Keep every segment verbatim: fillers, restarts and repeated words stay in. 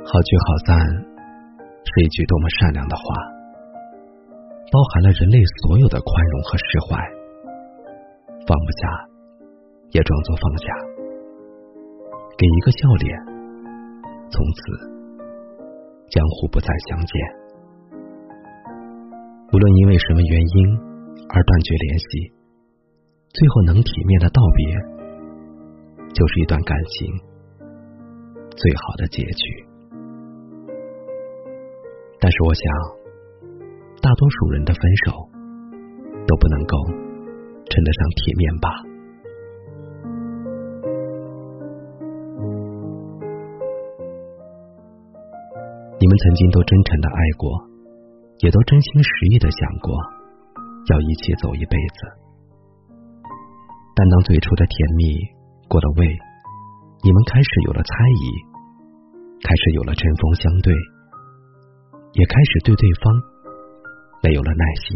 好聚好散是一句多么善良的话，包含了人类所有的宽容和释怀，放不下也装作放下，给一个笑脸，从此江湖不再相见。无论因为什么原因而断绝联系，最后能体面的道别，就是一段感情最好的结局。但是我想，大多数人的分手都不能够称得上体面吧。你们曾经都真诚的爱过，也都真心实意的想过要一起走一辈子，但当最初的甜蜜过了味，你们开始有了猜疑，开始有了针锋相对，也开始对对方没有了耐心。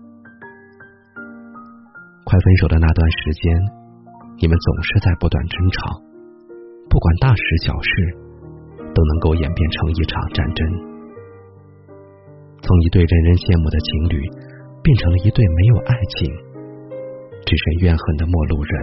快分手的那段时间，你们总是在不断争吵，不管大事小事都能够演变成一场战争，从一对人人羡慕的情侣变成了一对没有爱情只剩怨恨的陌路人。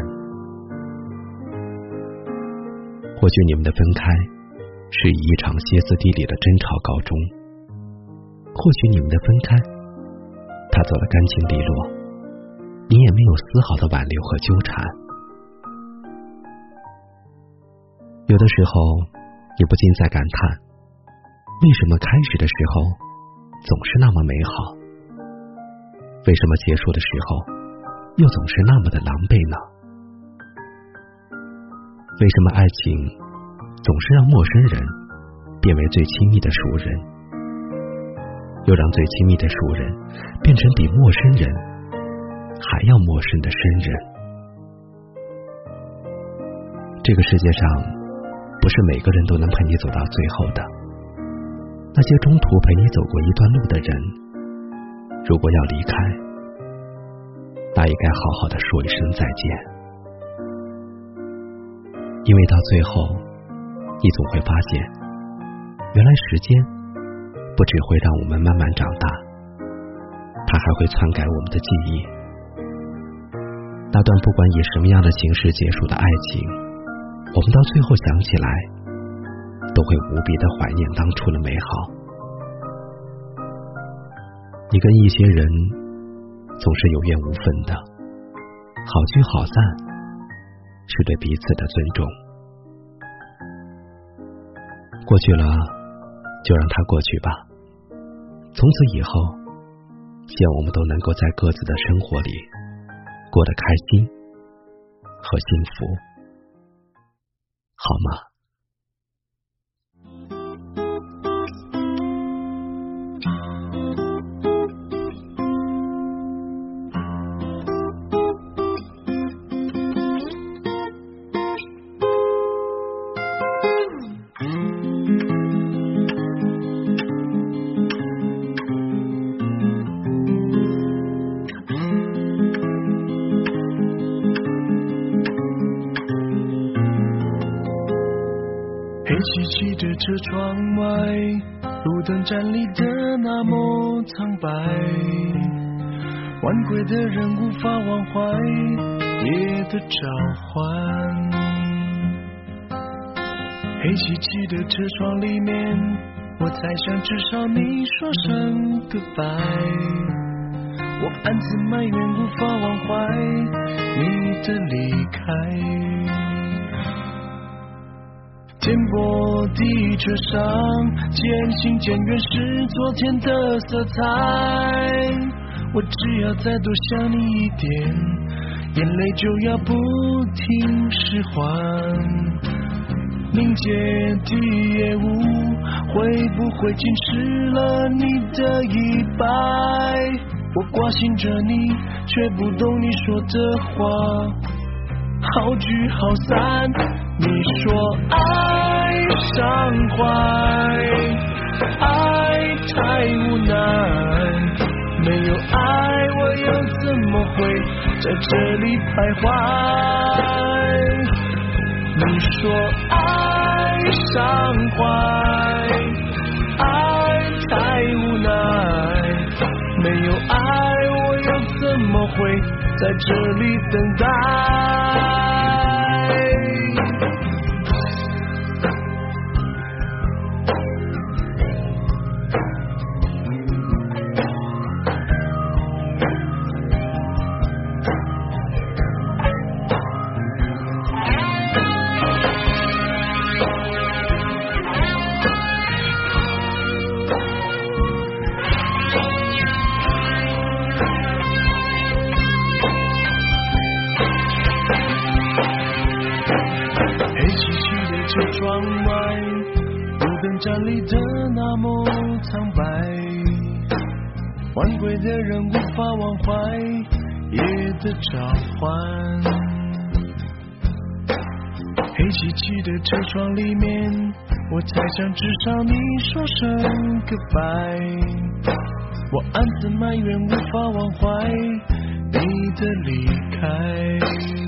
或许你们的分开是以一场歇斯底里的争吵告终，或许你们的分开他走了干净利落，你也没有丝毫的挽留和纠缠。有的时候你不禁在感叹，为什么开始的时候总是那么美好，为什么结束的时候又总是那么的狼狈呢？为什么爱情总是让陌生人变为最亲密的熟人，又让最亲密的熟人变成比陌生人还要陌生的生人？这个世界上不是每个人都能陪你走到最后的，那些中途陪你走过一段路的人，如果要离开，那也该好好的说一声再见。因为到最后你总会发现，原来时间不只会让我们慢慢长大，它还会篡改我们的记忆。那段不管以什么样的形式结束的爱情，我们到最后想起来都会无比的怀念当初的美好。你跟一些人总是有缘无分的，好聚好散是对彼此的尊重。过去了就让它过去吧，从此以后希望我们都能够在各自的生活里过得开心和幸福，好吗？ 黑漆漆的车窗外，路灯站立的那么苍白，晚归的人无法忘怀夜的召唤。黑漆漆的车窗里面，我猜想至少你说声 goodbye， 我暗自埋怨无法忘怀你的离开。颠簸的车上，渐行渐远是昨天的色彩。我只要再多想你一点，眼泪就要不停释缓。凝结的夜雾会不会浸湿了你的衣摆？我挂心着你，却不懂你说的话。好聚好散，你说爱伤怀，爱太无奈，没有爱我又怎么会在这里徘徊？你说爱伤怀， 在这里等待。车窗外，路灯站立的那么苍白，晚归的人无法忘怀夜的召唤。黑漆漆的车窗里面，我猜想至少你说声 goodbye。我暗自埋怨无法忘怀你的离开。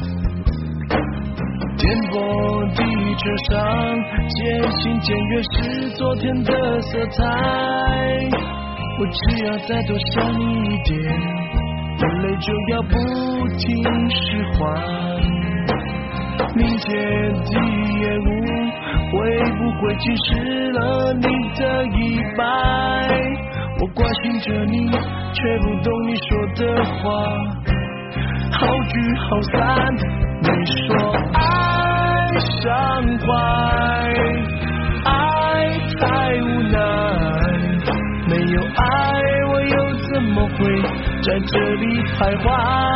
颠簸的车上，渐行渐远是昨天的色彩。我只要再多想你一点，眼泪就要不停释怀。凝结的夜雾会不会侵蚀了你的衣摆？我关心着你，却不懂你说的话，好聚好散。你说爱伤怀，爱太无奈，没有爱我又怎么会在这里徘徊？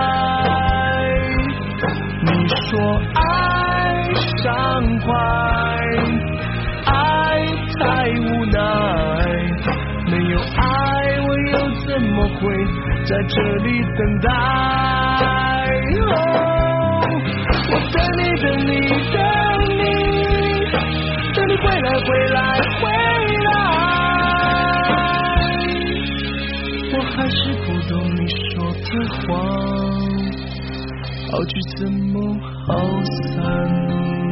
你说爱伤怀，爱太无奈，没有爱我又怎么会在这里等待？哦，我等你等你等你，等你回来回来回来，我还是不懂你说的话，好聚怎么好散？